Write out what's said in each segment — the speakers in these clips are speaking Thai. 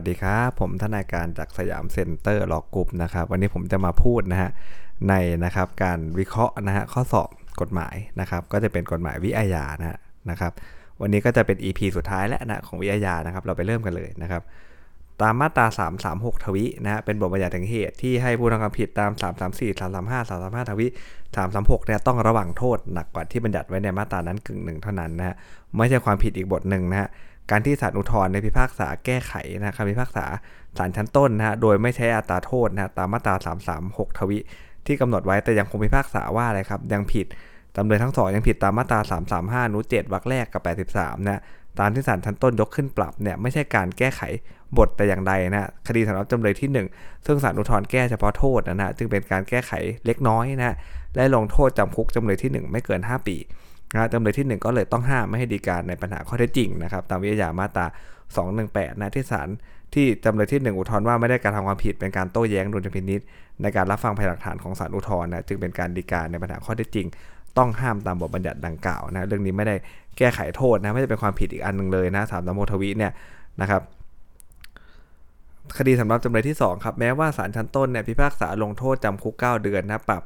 ดีครับผมทนายการจากสยามเซ็นเตอร์ลอกรุ๊ปนะครับวันนี้ผมจะมาพูดนะฮะในนะครับการวิเคราะห์นะฮะข้อสอบกฎหมายนะครับก็จะเป็นกฎหมายวิอาญานะครับวันนี้ก็จะเป็น EP สุดท้ายแล้วนะของวิอาญานะครับเราไปเริ่มกันเลยนะครับตามมาตรา336ทวินะฮะเป็นบทบัญญัติถึงเหตุที่ให้ผู้ทำความผิดตาม334 335 335ทวิ336เนี่ยต้องระวังโทษหนักกว่าที่บัญญัติไว้ในมาตรานั้นกึ่งหนึ่งเท่านั้นนะฮะไม่ใช่ความผิดอีกบทหนึ่งนะฮะการที่ศาลอุทธรณ์ในพิพากษาแก้ไขนะคำพิพากษาศาลชั้นต้นนะฮะโดยไม่ใช้อัตราโทษนะตามมาตรา336ทวิที่กำหนดไว้แต่ยังคงพิพากษาว่าอะไรครับยังผิดจำเลยทั้งสองยังผิดตามมาตรา335อนุ7วรรคแรกกับ83นะตามที่ศาลชั้นต้นยกขึ้นปรับเนี่ยไม่ใช่การแก้ไขบทแต่อย่างใดนะคดีสำหรับจำเลยที่1ซึ่งศาลอุทธรณ์แก้เฉพาะโทษนะจึงเป็นการแก้ไขเล็กน้อยนะและลงโทษจำคุกจำเลยที่1ไม่เกิน5 ปีนะจำเลยที่1ก็เลยต้องห้ามไม่ให้ฎีกาในปัญหาข้อเท็จจริงนะครับตามวิทยามาตรา218นะที่ศาลที่จำเลยที่1อุทธรณ์ว่าไม่ได้การทำความผิดเป็นการโต้แย้งดุลยพินิจในการรับฟังพยานหลักฐานของศาลอุทธรณ์นะจึงเป็นการฎีกาในปัญหาข้อเท็จจริงต้องห้ามตามบทบัญญัติดังกล่าวนะเรื่องนี้ไม่ได้แก้ไขโทษนะไม่ได้เป็นความผิดอีกอันนึงเลยนะ336ทวิเนี่ยนะครับคดีสำหรับจำเลยที่2ครับแม้ว่าศาลชั้นต้นเนี่ยพิพากษาลงโทษจำคุก9เดือนนะปรับ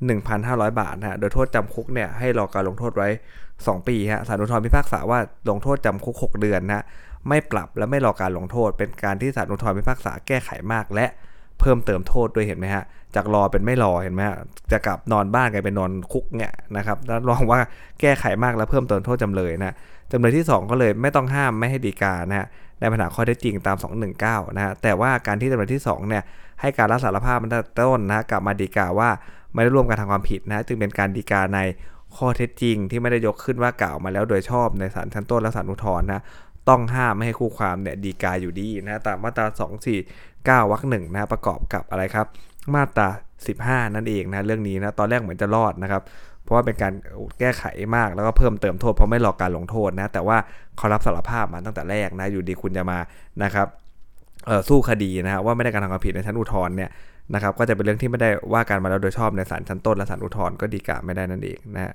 1,500 บาทนะโดยโทษจำคุกเนี่ยให้รอการลงโทษไว้2 ปีฮะศาลอุทธรณ์พิพากษาว่าลงโทษจำคุก6เดือนนะไม่ปรับและไม่รอการลงโทษเป็นการที่ศาลอุทธรณ์พิพากษาแก้ไขมากและเพิ่มเติมโทษด้วยเห็นไหมฮะจากรอเป็นไม่รอเห็นไหมฮะจะกลับนอนบ้านกลายเป็นนอนคุกเนี่ยนะครับแล้วลองว่าแก้ไขมากและเพิ่มเติมโทษจำเลยนะจำเลยที่2ก็เลยไม่ต้องห้ามไม่ให้ฎีกานะฮะในปัญหาข้อเท็จจริงตาม219นะฮะแต่ว่าการที่จำเลยที่2เนี่ยให้การรับสารภาพมันต้นนะกลับมาฎีกาว่าไม่ได้ร่วมกันทำความผิดนะจึงเป็นการฎีกาในข้อเท็จจริงที่ไม่ได้ยกขึ้นว่ากล่าวมาแล้วโดยชอบในศาลชั้นต้นและศาลอุทธรณ์นะต้องห้ามไม่ให้คู่ความเนี่ยฎีกาอยู่ดีนะตามมาตรา249วรรค1นะประกอบกับอะไรครับมาตรา15นั่นเองนะเรื่องนี้นะตอนแรกเหมือนจะรอดนะครับเพราะว่าเป็นการแก้ไขมากแล้วก็เพิ่มเติมโทษเพราะไม่รอการลงโทษนะแต่ว่าเขารับสารภาพมาตั้งแต่แรกนะอยู่ดีคุณจะมานะครับสู้คดีนะว่าไม่ได้การทำความผิดในชั้นอุทธรณ์เนี่ยนะครับก็จะเป็นเรื่องที่ไม่ได้ว่าการมาแล้วโดยชอบในศาลชั้นต้นและศาลอุทธรณ์ก็ฎีกาไม่ได้นั่นเองนะ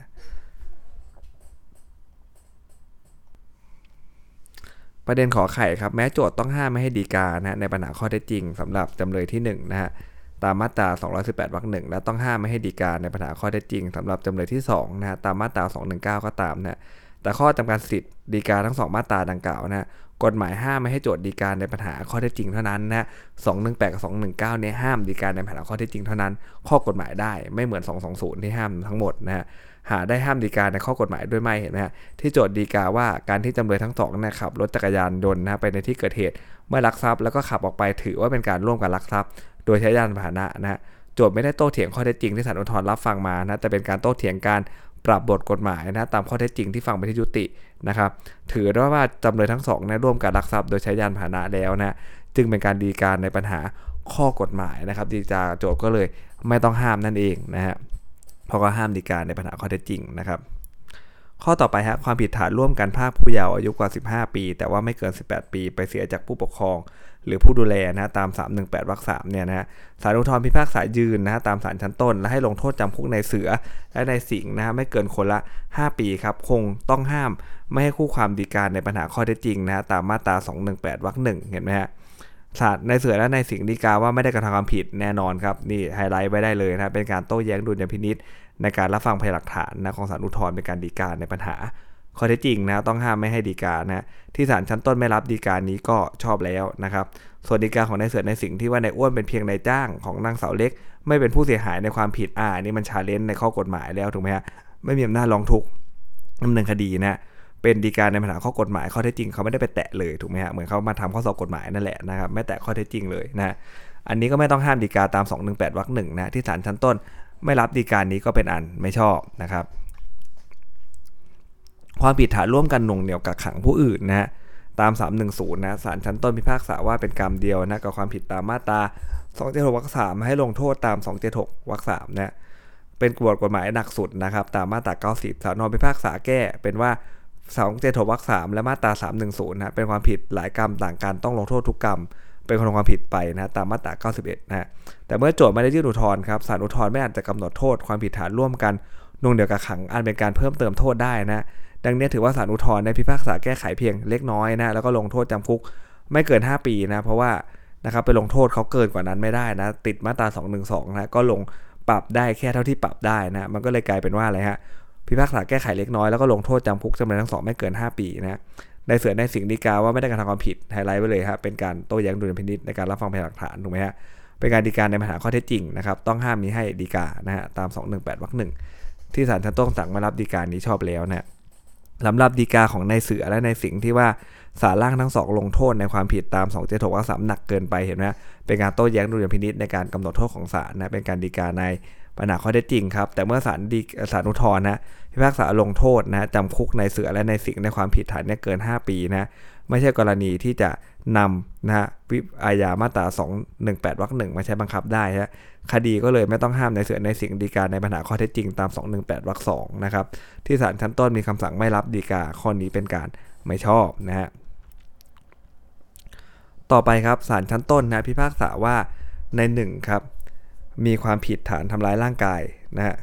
ประเด็นขอไข่ครับแม้โจทย์ต้องห้ามไม่ให้ฎีกานะในปัญหาข้อเท็จจริงสำหรับจำเลยที่1นะฮะตามมาตรา218วรรค1และต้องห้ามไม่ให้ฎีกาในปัญหาข้อเท็จจริงสำหรับจำเลยที่2นะฮะตามมาตรา219ก็ตามนะแต่ข้อจำกัดสิทธิ์ฎีกาทั้ง2มาตราดังกล่าวนะกฎหมายห้ามไม่ให้โจทย์ฎีกาในปัญหาข้อเท็จจริงเท่านั้นนะ218กับ219เนี่ยห้ามฎีกาในปัญหาข้อเท็จจริงเท่านั้นข้อกฎหมายได้ไม่เหมือน220ที่ห้ามทั้งหมดนะฮะหาได้ห้ามฎีกาในข้อกฎหมายด้วยไม่เห็นไหมฮะที่โจทย์ฎีกาว่าการที่จำเลยทั้งสองเนี่ยขับรถจักรยานยนต์นะไปในที่เกิดเหตุเมื่อลักทรัพย์แล้วก็ขับออกไปถือว่าเป็นการร่วมกันลักทรัพย์โดยใช้ยานพาหนะนะฮะโจทย์ไม่ได้โต้เถียงข้อเท็จจริงที่ศาลอุทธรณ์รับฟังมานะแต่เป็นการโต้เถียงการปรับบทกฎหมายนะตามข้อเท็จจริงที่ฟังไปที่ยุตินะครับถือได้ว่าจำเลยทั้งสองเนี่ยร่วมกันลักทรัพย์โดยใช้ยานพาหนะแล้วนะจึงเป็นการฎีกาในปัญหาข้อกฎหมายนะครับฎีกาโจทย์ก็เลยไม่ต้องห้ามนั่นเองนะฮะเพราะก็ห้ามฎีกาในปัญหาข้อเท็จจริงนะครับข้อต่อไปฮะความผิดฐานร่วมกันพรากผู้เยาว์อายุกว่า15 ปีแต่ว่าไม่เกิน18 ปีไปเสียจากผู้ปกครองหรือผู้ดูแลนะตาม318วรรค3เนี่ยนะฮะศาลอุทธรณ์พิพากษายืนนะตามศาลชั้นต้นและให้ลงโทษจำคุกในเสือและในสิงห์นะไม่เกินคนละ5 ปีครับคงต้องห้ามไม่ให้คู่ความฎีกาในปัญหาข้อเท็จจริงนะตามมาตรา218วรรค1เห็นไหมฮะศาลในเสือและในสิงห์ฎีกาว่าไม่ได้กระทำความผิดแน่นอนครับนี่ไฮไลท์ไว้ได้เลยนะเป็นการโต้แย้งดุลยพินิจในการรับฟังพยานหลักฐานนะของศาลอุทธรณ์เป็นการฎีกาในปัญหาข้อเท็จจริงนะต้องห้ามไม่ให้ฎีกานะที่ศาลชั้นต้นไม่รับฎีกานี้ก็ชอบแล้วนะครับส่วนฎีกาของนายเสือในสิ่งที่ว่านายอ้วนเป็นเพียงนายจ้างของนางสาวเล็กไม่เป็นผู้เสียหายในความผิดนี่มันชาเลนจ์ในข้อกฎหมายแล้วถูกไหมฮะไม่มีอำนาจร้องทุกข์ดำเนินคดีนะเป็นฎีกาในปัญหาข้อกฎหมายข้อเท็จจริงเขาไม่ได้ไปแตะเลยถูกไหมฮะเหมือนเขามาทำข้อสอบกฎหมายนั่นแหละนะครับไม่แตะข้อเท็จจริงเลยนะอันนี้ก็ไม่ต้องห้ามฎีกาตาม218วรรค1นะที่ศาลชั้นต้นไม่รับฎีกานี้ก็เป็นอันไม่ชอบนะครับความผิดฐานร่วมกันหน่วงเหนี่ยวกักขังผู้อื่นนะตาม310นะศาลชั้นต้นพิพากษาว่าเป็นกรรมเดียวนะกับความผิดตามมาตรา276วรรค3ให้ลงโทษตาม276วรรค3นะเป็นบทกฎหมายหนักสุดนะครับตามมาตรา90ศาลพิพากษาแก้เป็นว่า276วรรค3และมาตรา310นะเป็นความผิดหลายกรรมต่างกันต้องลงโทษทุกกรรมเป็นความผิดไปนะตามมาตรา91นะแต่เมื่อโจทย์ไม่ได้ยื่นอุทธรณ์ครับศาลอุทธรณ์ไม่อาจจะกำหนดโทษความผิดฐานร่วมกันหน่วงเหนี่ยวกักขังอันเป็นการเพิ่มเติมโทษได้นะดังนี้ถือว่าศาลอุทธรณ์ได้พิพากษาแก้ไขเพียงเล็กน้อยนะแล้วก็ลงโทษจำคุกไม่เกิน5ปีนะเพราะว่านะครับไปลงโทษเขาเกินกว่านั้นไม่ได้นะติดมาตรา212นะก็ลงปรับได้แค่เท่าที่ปรับได้นะมันก็เลยกลายเป็นว่าอะไรฮะพิพากษาแก้ไขเล็กน้อยแล้วก็ลงโทษจำคุกจำเลยทั้งสองไม่เกิน5ปีนะในส่วนในสิ่งฎีกาว่าไม่ได้กระทำความผิดไฮไลท์ไว้เลยฮะเป็นการโต้แย้งดุลยพินิจในการรับฟังพยานหลักฐานถูกไหมฮะเป็นการฎีกาในปัญหาข้อเท็จจริงนะครับต้องห้ามมีให้ฎีกานะฮะตาม218 วรรค 1ที่ศาลชั้นต้นสั่งมารับฎีกานี้ชอบแล้วนะสำหรับฎีกาของนายเสือและนายสิงห์ที่ว่าศาลล่างทั้งสองลงโทษในความผิดตาม276 วรรค 3หนักเกินไปเห็นไหมเป็นการโต้แย้งดุลยพินิจในการกำหนดโทษของศาลนะเป็นการฎีกาในปัญหาข้อเท็จจริงครับแต่เมื่อศาลอุทธรณ์นะพิพากษาลงโทษนะจำคุกนายเสือและนายสิงห์ในความผิดฐานนี้เกิน5ปีนะไม่ใช่กรณีที่จะนำนะวิอาญามาตรา218 วรรค 1มาใช้บังคับได้ฮะคดีก็เลยไม่ต้องห้ามนายเสือในสิงห์ฎีกาในปัญหาข้อเท็จจริงตาม218 วรรค 2นะครับที่ศาลชั้นต้นมีคำสั่งไม่รับฎีกาข้อนี้เป็นการไม่ชอบนะฮะต่อไปครับศาลชั้นต้นนะพิพากษาว่าใน1ครับมีความผิดฐานทำร้ายร่างกายนะฮะ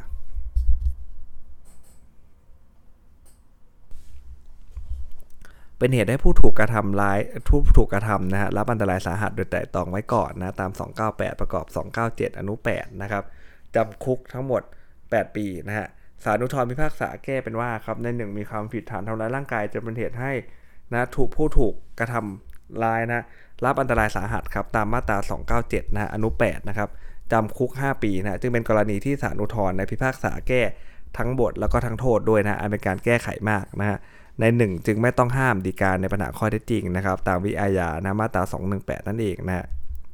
เป็นเหตุให้ผู้ถูกกระทำนะฮะรับอันตรายสาหัสโดยไตร่ตรองไว้ก่อนนะตาม298ประกอบ297อนุ8นะครับจำคุกทั้งหมด8ปีนะฮะศาลอุทธรณ์พิพากษาแก้เป็นว่าครับใน1มีความผิดฐานทำร้ายร่างกายจนเป็นเหตุให้นะผู้ถูกกระทำร้ายนะรับอันตรายสาหัสครับตามมาตรา297นะอนุ8นะครับจำคุก5ปีนะจึงเป็นกรณีที่ศาลอุทธรณ์ในพิพากษาแก้ทั้งบทแล้วก็ทั้งโทษด้วยนะอันเป็นการแก้ไขมากนะฮะใน1จึงไม่ต้องห้ามฎีกาในปัญหาข้อเท็จจริงนะครับตามวิอาญานะมาตรา218นั่นเองนะฮะ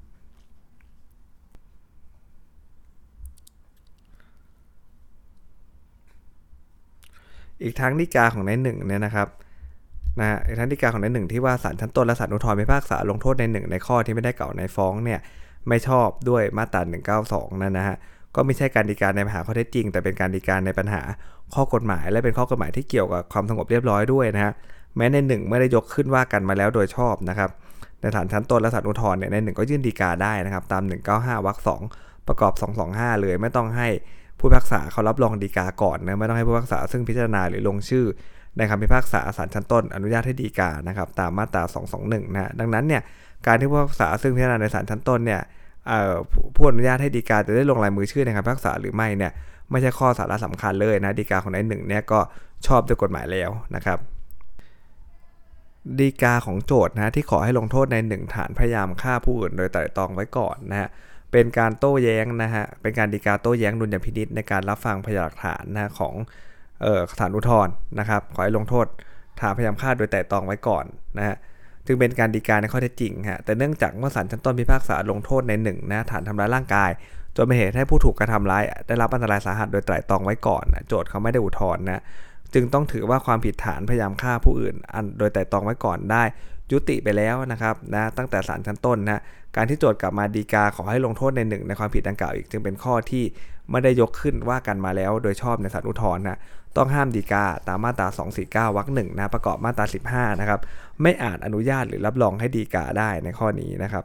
อีกทั้งฎีกาของใน1เนี่ยนะครับอีกทั้งฎีกาของใน1ที่ว่าศาลชั้นต้นและศาลอุทธรณ์พิพากษาลงโทษใน1ในข้อที่ไม่ได้กล่าวในฟ้องเนี่ยไม่ชอบด้วยมาตรา192นั่นนะฮะก็ไม่ใช่การฎีกาในปัญหาข้อเท็จจริงแต่เป็นการฎีกาในปัญหาข้อกฎหมายและเป็นข้อกฎหมายที่เกี่ยวกับความสงบเรียบร้อยด้วยนะฮะแม้ใน1ไม่ได้ยกขึ้นว่ากันมาแล้วโดยชอบนะครับในศาลชั้นต้นและศาลอุทธรณ์เนี่ยใน1ก็ยื่นฎีกาได้นะครับตาม195วรรค 2ประกอบ225เลยไม่ต้องให้ผู้พิพากษาเขารับรองฎีกาก่อนนะไม่ต้องให้ผู้พิพากษาซึ่งพิจารณาหรือลงชื่อในคำพิพากษาศาลชั้นต้นอนุญาตให้ฎีกานะครับตามมาตรา221นะดังนั้นเนี่ยการที่ผู้พิพากษาซึ่งพิจารณาในศาลชั้นต้นเนี่ยผู้อนุญาตให้ฎีกาจะได้ลงลายมือชื่อในคำพิพากษาหรือไม่เนี่ยไม่ใช่ข้อสาระสำคัญเลยนะฎีกาของนาย1เนี่ยก็ชอบด้วยกฎหมายแล้วนะครับฎีกาของโจทก์นะที่ขอให้ลงโทษใน1ฐานพยายามฆ่าผู้อื่นโดยไตร่ตรองไว้ก่อนนะฮะเป็นการโต้แย้งนะฮะเป็นการฎีกาโต้แย้งดุลยพินิจในการรับฟังพยานหลักฐานนะของศาลอุทธรณ์นะครับขอให้ลงโทษฐานพยายามฆ่าโดยไตร่ตรองไว้ก่อนนะฮะจึงเป็นการฎีกาในข้อเท็จจริงฮะแต่เนื่องจากเมื่อศาลชั้นต้นพิพากษาลงโทษใน1นะฐานทำร้ายร่างกายจนเป็นเหตุให้ผู้ถูกกระทำร้ายได้รับอันตรายสาหัสโดยไตร่ตรองไว้ก่อนโจทก์เขาไม่ได้อุทธรณ์นะจึงต้องถือว่าความผิดฐานพยายามฆ่าผู้อื่นโดยไตร่ตรองไว้ก่อนได้ยุติไปแล้วนะครับนะตั้งแต่ศาลชั้นต้นนะการที่โจทก์กลับมาฎีกาขอให้ลงโทษใน1ในความผิดดังกล่าวอีกจึงเป็นข้อที่ไม่ได้ยกขึ้นว่ากันมาแล้วโดยชอบในศาลอุทธรณ์นะต้องห้ามฎีกาตามมาตรา249วรรค 1นะประกอบมาตรา15นะครับไม่อาจอนุญาตหรือรับรองให้ฎีกาได้ในข้อนี้นะครับ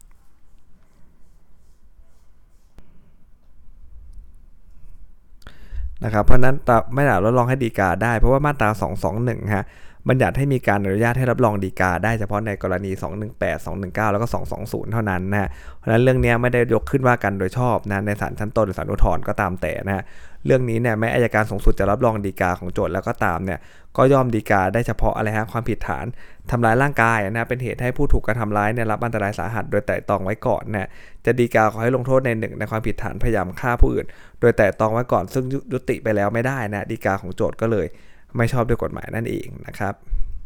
เพราะนั้นไม่อาจรับรองให้ฎีกาได้เพราะว่ามาตรา221ฮะบัญญัติให้มีการอนุญาตให้รับรองฎีกาได้เฉพาะในกรณี218 219แล้วก็220เท่านั้นนะเพราะฉะนั้นเรื่องนี้ไม่ได้ยกขึ้นว่ากันโดยชอบนะในศาลชั้นต้นหรือศาลอุทธรณ์ก็ตามแต่นะเรื่องนี้เนี่ยแม้อัยการสูงสุดจะรับรองฎีกาของโจทก์แล้วก็ตามเนี่ยก็ย่อมฎีกาได้เฉพาะอะไรฮะความผิดฐานทำร้ายร่างกายนะเป็นเหตุให้ผู้ถูกกระทำร้ายเนี่ยรับอันตรายสาหัสโดยไตร่ตรองไว้ก่อนนะจะฎีกาขอให้ลงโทษใน1ในความผิดฐานพยายามฆ่าผู้อื่นโดยไตร่ตรองไว้ก่อนซึ่งยุติไปแล้วไม่ได้นะฎีกาของโจทก์ก็เลยไม่ชอบด้วยกฎหมายนั่นเองนะครับ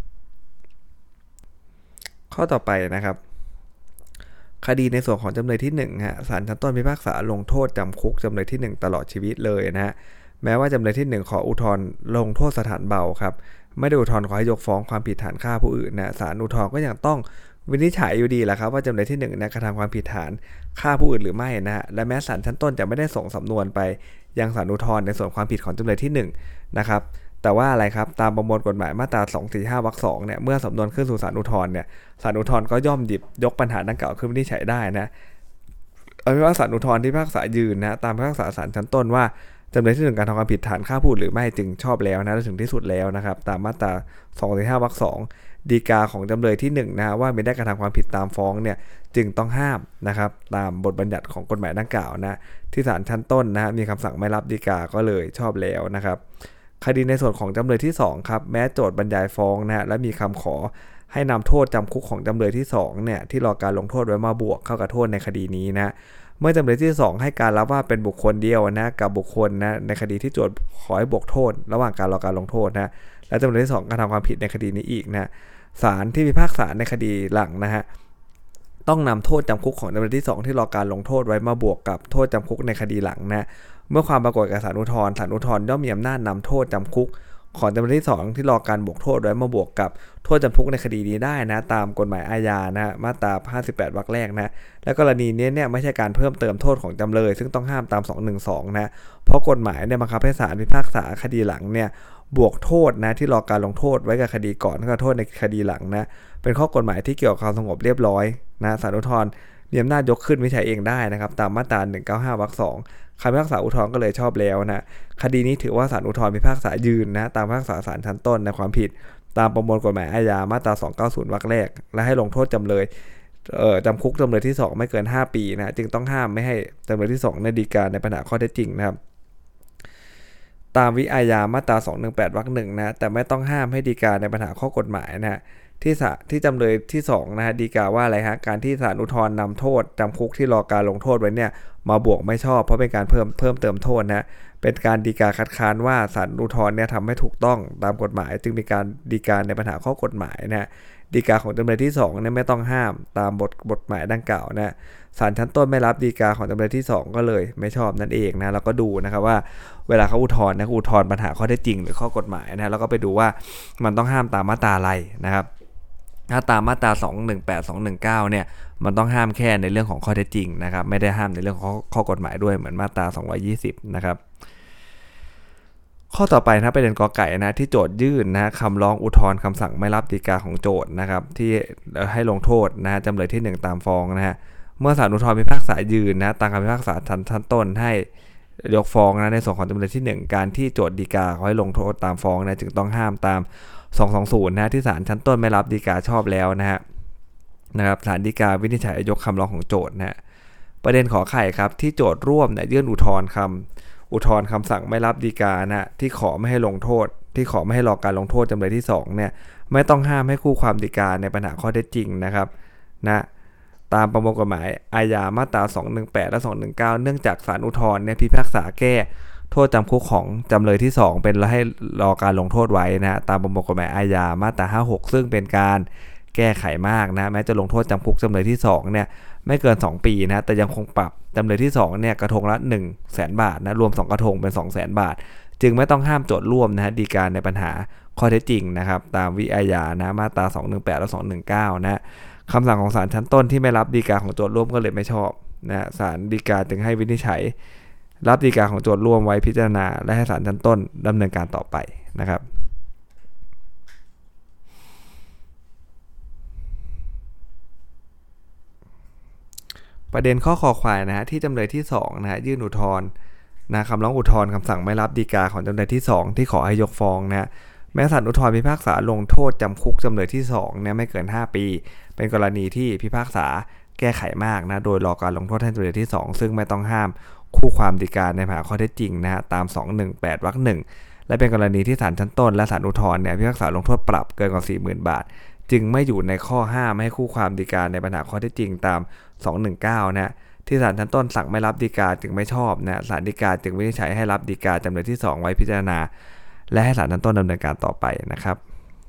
ข้อต่อไปนะครับคดีในส่วนของจำเลยที่1ฮะศาลชั้นต้นพิพากษาลงโทษจำคุกจำเลยที่1ตลอดชีวิตเลยนะฮะแม้ว่าจำเลยที่1ขออุทธรณ์ลงโทษสถานเบาครับไม่ได้อุทธรณ์ขอให้ยกฟ้องความผิดฐานฆ่าผู้อื่นนะศาลอุทธรณ์ก็ยังต้องวินิจฉัยอยู่ดีแหละครับว่าจำเลยที่1เนี่ยกระทำความผิดฐานฆ่าผู้อื่นหรือไม่นะฮะและแม้ศาลชั้นต้นจะไม่ได้ส่งสำนวนไปยังศาลอุทธรณ์ในส่วนความผิดของจำเลยที่1นะครับแต่ว่าอะไรครับตามประมวลกฎหมายมาตรา245วรรค 2เนี่ยเมื่อสำนวนขึ้นสู่ศาลอุทธรณ์เนี่ยศาลอุทธรณ์ก็ย่อมหยิบยกปัญหาดังกล่าวขึ้นวินิจฉัยได้นะเอาเป็นว่าศาลอุทธรณ์ที่พิพากษายืนนะตามพิพากษาศาลชั้นต้นว่าจำเลยที่1การทำความผิดฐานฆ่าผู้อื่นหรือไม่จึงชอบแล้วนะถึงที่สุดแล้วนะครับตามมาตรา245วรรค 2 ฎีกาของจำเลยที่1นะว่าไม่ได้กระทำความผิดตามฟ้องเนี่ยจึงต้องห้ามนะครับตามบทบัญญัติของกฎหมายดังกล่าวนะที่ศาลชั้นต้นนะมีคำสั่งไม่รับฎีกาก็เลยชอบแล้วนะครับคดีในส่วนของจำเลยที่2ครับแม้โจทก์บรรยายฟ้องนะและมีคำขอให้นำโทษจำคุกของจำเลยที่2เนี่ยที่รอการลงโทษไว้มาบวกเข้ากับโทษในคดีนี้นะเมื่อจำเลยที่2ให้การรับว่าเป็นบุคคลเดียวนะกับบุคคลนะในคดีที่โจทก์ขอให้บวกโทษระหว่างการรอการลงโทษนะและจำเลยที่2กระทำความผิดในคดีนี้อีกนะศาลที่พิพากษาในคดีหลังนะฮะต้องนำโทษจำคุกของจำเลยที่2ที่รอการลงโทษไว้มาบวกกับโทษจำคุกในคดีหลังนะเมื่อความปรากฏกับศาลอุทธรณ์ย่อมมีอำนาจนำโทษจำคุกของจำเลยที่2ที่รอการบวกโทษไว้มาบวกกับโทษจำคุกในคดีนี้ได้นะตามกฎหมายอาญานะมาตรา58วรรคแรกนะและกรณีนี้เนี่ยไม่ใช่การเพิ่มเติมโทษของจำเลยซึ่งต้องห้ามตาม212นะเพราะกฎหมายเนี่ยบังคับให้ศาลพิพากษาคดีหลังเนี่ยบวกโทษนะที่รอการลงโทษไว้กับคดีก่อนแล้วก็โทษในคดีหลังนะเป็นข้อกฎหมายที่เกี่ยวกับความสงบเรียบร้อยนะศาลอุทธรณ์มีอำนาจยกขึ้นวินิจฉัยเองได้นะครับตามมาตรา195วรรค2คำพิพากษาอุทธรณ์ก็เลยชอบแล้วนะคดีนี้ถือว่าศาลอุทธรณ์พิพากษายืนนะตามพิพากษาศาลชั้นต้นในความผิดตามประมวลกฎหมายอาญามาตรา290วรรคแรกและให้ลงโทษจำเลยจำคุกจำเลยที่2ไม่เกิน5ปีนะจึงต้องห้ามไม่ให้จำเลยที่2ในฎีกาในปัญหาข้อเท็จจริงนะครับตามวิอาญามาตรา218วรรค1นะแต่ไม่ต้องห้ามให้ฎีกาในปัญหาข้อกฎหมายนะที่จำเลยที่2นะฮะฎีกาว่าอะไรฮะการที่ศาลอุทธรณ์นำโทษจำคุกที่รอการลงโทษไว้เนี่ยมาบวกไม่ชอบเพราะเป็นการเพิ่มเติมโทษนะเป็นการฎีกาคัดค้านว่าศาลอุทธรณ์เนี่ยทำให้ถูกต้องตามกฎหมายจึงมีการฎีกาในปัญหาข้อกฎหมายนะฎีกาของจำเลยที่2เนี่ยไม่ต้องห้ามตามบทหมายดังกล่าวนะศาลชั้นต้นไม่รับฎีกาของจำเลยที่2ก็เลยไม่ชอบนั่นเองนะเราก็ดูนะครับว่าเวลาเขาอุทธรณ์นะอุทธรณ์ปัญหาข้อเท็จจริงหรือข้อกฎหมายนะแล้วก็ไปดูว่ามันต้องห้ามตามมาตราอะไรนะครับถ้าตามมาตรา218 219เนี่ยมันต้องห้ามแค่ในเรื่องของข้อเท็จจริงนะครับไม่ได้ห้ามในเรื่องของข้อกฎหมายด้วยเหมือนมาตรา220นะครับข้อต่อไปนะประเด็นกอไก่นะที่โจทยื่นนะคำร้องอุทธรณ์คำสั่งไม่รับฎีกาของโจทนะครับที่ให้ลงโทษนะจำเลยที่1ตามฟ้องนะฮะเมื่อศาลอุทธรณ์พิพากษายืนนะตามคำพิพากษาชั้นต้นให้ยกฟ้องนะในส่วนของจำเลยที่1การที่โจทฎีกาเขาให้ลงโทษตามฟ้องนะจึงต้องห้ามตาม220นะที่ศาลชั้นต้นไม่รับฎีกาชอบแล้วนะครับศาลฎีกาวินิจฉัยยกคำร้องของโจทนะประเด็นขอไข่ครับที่โจทร่วมเนี่ยยื่นอุทธรณ์คำสั่งไม่รับฎีกานะที่ขอไม่ให้ลงโทษที่ขอไม่ให้รอการลงโทษจำเลยที่2เนี่ยไม่ต้องห้ามให้คู่ความฎีกาในปัญหาข้อเท็จจริงนะครับนะตามประมวลกฎหมายอาญามาตรา218และ219เนื่องจากศาลอุทธรณ์เนี่ยพิพากษาแก้โทษจำคุกของจำเลยที่2เป็นให้รอการลงโทษไว้นะตามประมวลกฎหมายอาญามาตรา56ซึ่งเป็นการแก้ไขมากนะแม้จะลงโทษจำคุกจำเลยที่2เนี่ยไม่เกิน2ปีนะแต่ยังคงปรับจำเลยที่2เนี่ยกระทงละ 100,000 บาทนะรวม2กระทงเป็น 200,000 บาทจึงไม่ต้องห้ามโจทย์ร่วมนะฎีกาในปัญหาข้อเท็จจริงนะครับตามวิอาญานะมาตรา218และ219นะคำสั่งของศาลชั้นต้นที่ไม่รับฎีกาของโจทย์ร่วมก็เลยไม่ชอบนะศาลฎีกาจึงให้วินิจฉัยรับฎีกาของโจทย์ร่วมไว้พิจารณาและให้ศาลชั้นต้นดำเนินการต่อไปนะครับประเด็นข้อคอควายนะฮะที่จำเลยที่2นะฮะยื่นอุทธรณ์นะคำร้องอุทธรณ์คำสั่งไม่รับฎีกาของจำเลยที่2ที่ขอให้ยกฟ้องนะแม้ศาลอุทธรณ์พิพากษาลงโทษจำคุกจำเลยที่2เนี่ยไม่เกิน5ปีเป็นกรณีที่พิพากษาแก้ไขมากนะโดยรอการลงโทษให้จำเลยที่2ซึ่งไม่ต้องห้ามคู่ความฎีกาในปัญหาข้อเท็จจริงนะฮะตาม218วรรค1และเป็นกรณีที่ศาลชั้นต้นและศาลอุทธรณ์เนี่ยพิพากษาลงโทษปรับเกินกว่า 40,000 บาทจึงไม่อยู่ในข้อห้ามให้คู่ความฎีกาในปัญหาข้อเท็จจริงตาม219นะที่ศาลชั้นต้นสั่งไม่รับฎีกาจึงไม่ชอบนะศาลฎีกาจึงวินิจฉัยให้รับฎีกาจำเลยที่2ไว้พิจารณาและให้ศาลชั้นต้นดำเนินการต่อไปนะครับ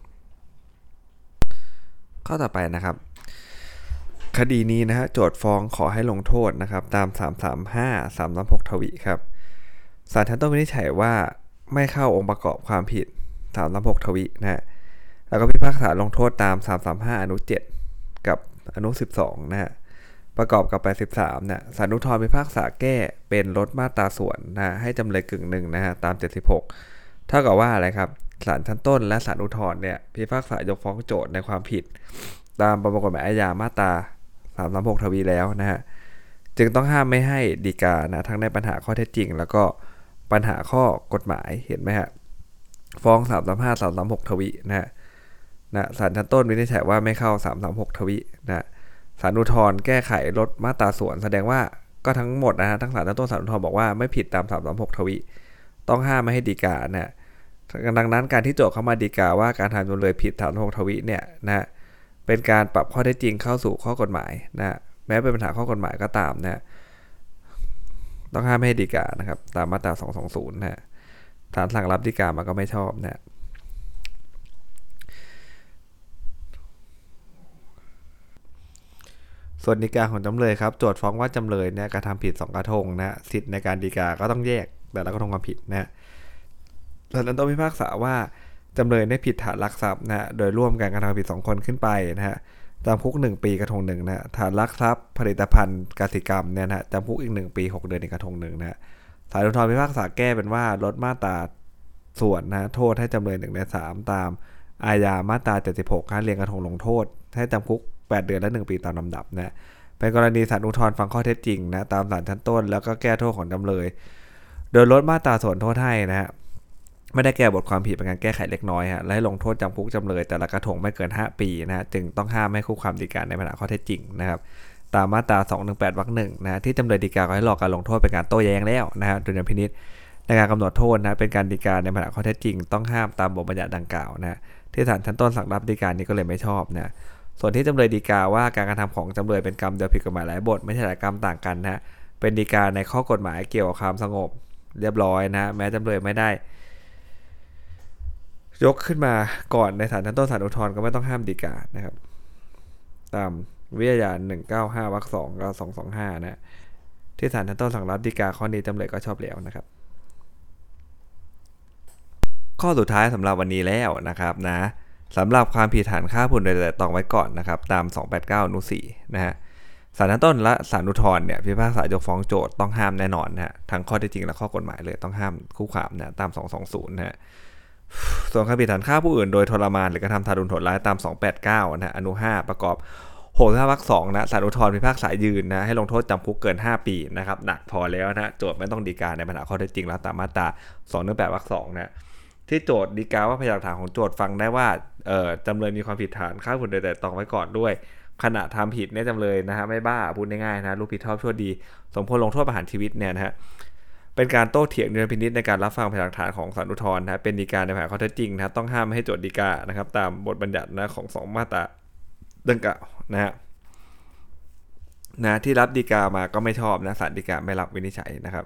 ข้อต่อไปนะครับคดีนี้นะฮะโจทก์ฟ้องขอให้ลงโทษนะครับตาม335 336ทวีครับศาลชั้นต้นวินิจฉัยว่าไม่เข้าองค์ประกอบความผิด336ทวีนะฮะแล้วก็พิพากษาลงโทษตาม335อนุ7กับอนุ12นะฮะประกอบกับ83เนี่ยศาลอุทธรณ์พิพากษาแก้เป็นลดมาตราส่วนนะให้จำเลยกึ่งหนึ่งนะฮะตาม76เท่ากับว่าอะไรครับศาลชั้นต้นและศาลอุทธรณ์เนี่ยพิพากษายกฟ้องโจทก์ในความผิดตามประมวลกฎหมายอาญามาตรา336ทวีแล้วนะฮะจึงต้องห้ามไม่ให้ฎีกานะทั้งในปัญหาข้อเท็จจริงแล้วก็ปัญหาข้อกฎหมายเห็นไหมฮะฟ้อง335 336ทวีนะฮะนะศาลชั้นต้นวินิจฉัยว่าไม่เข้า336ทวินะศาลอุทธรณ์แก้ไขลดมาตราส่วนแสดงว่าก็ทั้งหมดนะฮะทั้งศาลชั้นต้นศาลอุทธรณ์บอกว่าไม่ผิดตาม336ทวิต้องห้ามไม่ให้ฎีกานะดังนั้นการที่โจทก์เข้ามาฎีกาว่าการทำจำเลยผิด336ทวิเนี่ยนะเป็นการปรับข้อเท็จจริงเข้าสู่ข้อกฎหมายนะแม้เป็นปัญหาข้อกฎหมายก็ตามนะต้องห้ามไม่ให้ฎีกานะครับตามมาตรา220นะศาลสั่งรับฎีกามาก็ไม่ชอบนะส่วนฎีกาของจำเลยครับโจทก์ฟ้องว่าจำเลยเนี่ยกระทำผิด2กระทงนะสิทธิ์ในการฎีกาก็ต้องแยกแต่ละกระทงความผิดนะศาลต้องพิพากษาว่าจำเลยได้ผิดฐานลักทรัพย์นะโดยร่วมกันกระทำผิด2คนขึ้นไปนะฮะจำคุก1ปีกระทงหนึ่งนะฐานลักทรัพย์ผลิตภัณฑ์กสิกรรมเนี่ยนะจำคุกอีก1ปี6เดือนอีกกระทงหนึ่งนะศาลอุทธรณ์พิพากษาแก้เป็นว่าลดมาตราส่วนนะโทษให้จำเลย1ใน3ตามอาญามาตรา76การเรียงกระทงลงโทษให้จำคุก8เดือนและ1ปีตามลำดับนะเป็นกรณีศาลอุทธรณ์ฟังข้อเท็จจริงนะตามศาลชั้นต้นแล้วก็แก้โทษของจำเลยโดยลดมาตราส่วนโทษให้นะฮะไม่ได้แก้บทความผิดเป็นการแก้ไขเล็กน้อยฮะและให้ลงโทษจำคุกจำเลยแต่ละกระทงไม่เกิน5ปีนะฮะจึงต้องห้ามไม่คู่ความฎีกาในปัญหาข้อเท็จจริงนะครับตามมาตรา218วรรค1นะที่จำเลยฎีกาขอให้รอการลงโทษเป็นการโต้แย้งแล้วนะฮะดุลยพินิจในการกำหนดโทษนะเป็นการฎีกาในปัญหาข้อเท็จจริงต้องห้ามตามบทบัญญัติดังกล่าวนะที่ศาลชั้นต้นสั่งรับฎีกานี้ก็เลยไม่ชอบนะส่วนที่จำเลยฎีกาว่าการกระทำของจำเลยเป็นกรรมเดียวผิดกฎหมายหลายบทไม่ใช่หลายกรรมต่างกันนะเป็นฎีกาในข้อกฎหมายเกี่ยวกับความสงบเรียบร้อยนะแม้จำเลยไม่ได้ยกขึ้นมาก่อนในศาลชั้นต้นศาลอุทธรณ์ก็ไม่ต้องห้ามฎีกานะครับตามวิทยา195วรรค2กับ225นะที่ศาลชั้นต้นสั่งรับฎีกาข้อนี้จำเลยก็ชอบแล้วนะครับข้อสุดท้ายสำหรับวันนี้แล้วนะครับนะสำหรับความผิดฐานฆ่าผู้อื่นโดยไตร่ตรองไว้ก่อนนะครับตาม289อนุ4นะฮะศาลชั้นต้นและศาลอุทธรณ์เนี่ยพิพากษายกฟ้องโจทก์ต้องห้ามแน่นอนนะฮะทั้งข้อเท็จจริงและข้อกฎหมายเลยต้องห้ามคู่ความนะตาม220นะฮะส่วนความผิดฐานฆ่าผู้อื่นโดยทรมานหรือกระทำทารุณโหดร้ายตาม289นะฮะอนุ5ประกอบ65วรรค2นะศาลอุทธรณ์พิพากษายืนนะให้ลงโทษจำคุกเกิน5ปีนะครับหนักพอแล้วนะโจทก์ไม่ต้องฎีกาในปัญหาข้อเท็จจริงแล้วตามมาตรา218วรรค2นะที่โจทก์ฎีกาว่าพยานหลักฐานของโจทก์ฟังได้ว่าจำเลยมีความผิดฐานฆ่าผู้อื่นโดยไตร่ตรองไว้ก่อนด้วยขณะทำผิดเนี่ยจำเลยนะฮะไม่บ้าพูดง่ายๆนะรู้ผิดชอบชั่วดีสมควรลงโทษประหารชีวิตเนี่ยนะฮะเป็นการโต้เถียงดุลยพินิจในการรับฟังพยานหลักฐานของศาลอุทธรณ์นะเป็นฎีกาในปัญหาข้อเท็จจริงนะต้องห้ามไม่ให้โจทก์ฎีกานะครับตามบทบัญญัตินะของ2มาตราดังกล่าวนะฮะที่รับฎีกามาก็ไม่ชอบนะศาลฎีกาไม่รับวินิจฉัยนะครับ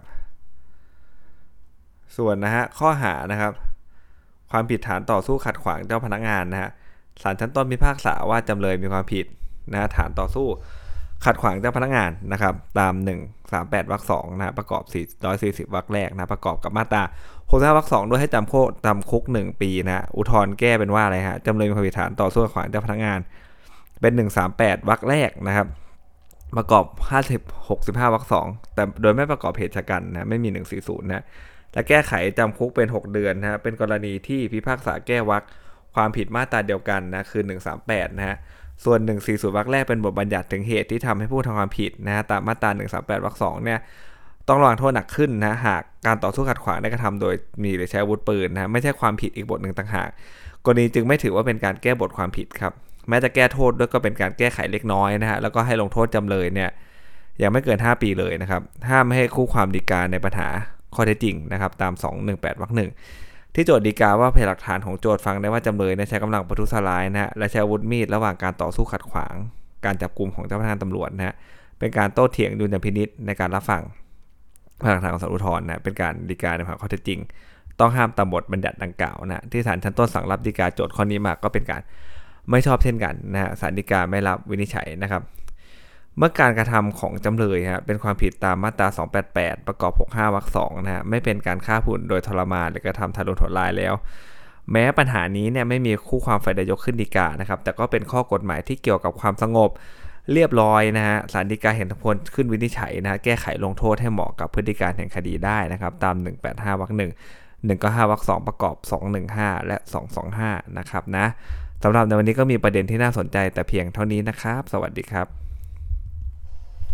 ส่วนนะฮะข้อหานะครับความผิดฐานต่อสู้ขัดขวางเจ้าพนักงานนะฮะศาลชั้นต้นพิพากษาว่าจำเลยมีความผิดนะฐานต่อสู้ขัดขวางเจ้าพนักงานนะครับตาม138วรรค2นะประกอบ440วรรคแรกนะประกอบกับมาตรา65วรรค2ด้วยให้จำคุก1ปีนะอุทธรณ์แก้เป็นว่าอะไรฮะจำเลยมีความผิดฐานต่อสู้ขัดขวางเจ้าพนักงานเป็น138วรรคแรกนะครับประกอบ65วรรค2แต่โดยไม่ประกอบเหตุฉกรรจ์นะไม่มี140นะและแก้ไขจำคุกเป็น6เดือนนะเป็นกรณีที่พิพากษาแก้วรรคความผิดมาตราเดียวกันนะคือ138นะฮะส่วน140วรรคแรกเป็นบทบัญญัติถึงเหตุที่ทำให้ผู้ทำความผิดนะตามมาตรา138วรรค2เนี่ยต้องระวังโทษหนักขึ้นนะหากการต่อสู้ขัดขวางได้กระทำโดยมีหรือใช้อาวุธปืนนะไม่ใช่ความผิดอีกบทหนึ่งต่างหากกรณีจึงไม่ถือว่าเป็นการแก้บทความผิดครับแม้จะแก้โทษด้วยก็เป็นการแก้ไขเล็กน้อยนะฮะแล้วก็ให้ลงโทษจำเลยเนี่ยยังไม่เกิน5ปีเลยนะครับห้ามไม่ให้คู่ความฎีกาในปัญหาข้อเท็จจริงนะครับตาม218วรรค1ที่โจทก์ฎีกาว่าพยานหลักฐานของโจทก์ฟังได้ว่าจำเลยใช้กำลังประทุษร้ายนะฮะและใช้อาวุธมีดระหว่างการต่อสู้ขัดขวางการจับกุมของเจ้าพนักงานตำรวจนะฮะเป็นการโต้เถียงดุลยพินิจในการรับฟังพยานหลักฐานของศาลอุทธรณ์นะเป็นการฎีกาในปัญหาข้อเท็จจริงต้องห้ามตามบทบัญญัติดังกล่าวนะที่ศาลชั้นต้นสั่งรับฎีกาโจทก์ข้อนี้มาก็เป็นการไม่ชอบเช่นกันนะฮะศาลฎีกาไม่รับวินิจฉัยนะครับเมื่อการกระทำของจำเลยฮะเป็นความผิดตามมาตรา288ประกอบ65วรรค2นะฮะไม่เป็นการฆ่าผู้อื่นโดยทรมานหรือกระทำทารุณโหดร้ายแล้วแม้ปัญหานี้เนี่ยไม่มีคู่ความฝ่ายใดยกขึ้นฎีกานะครับแต่ก็เป็นข้อกฎหมายที่เกี่ยวกับความสงบเรียบร้อยนะฮะศาลฎีกาเห็นสมควรขึ้นวินิจฉัยนะแก้ไขลงโทษให้เหมาะกับพฤติการแห่งคดีได้นะครับตาม185วรรค1 195วรรค2ประกอบ215และ225นะครับนะสำหรับในวันนี้ก็มีประเด็นที่น่าสนใจแต่เพียงเท่านี้นะครับสวัสดีครับ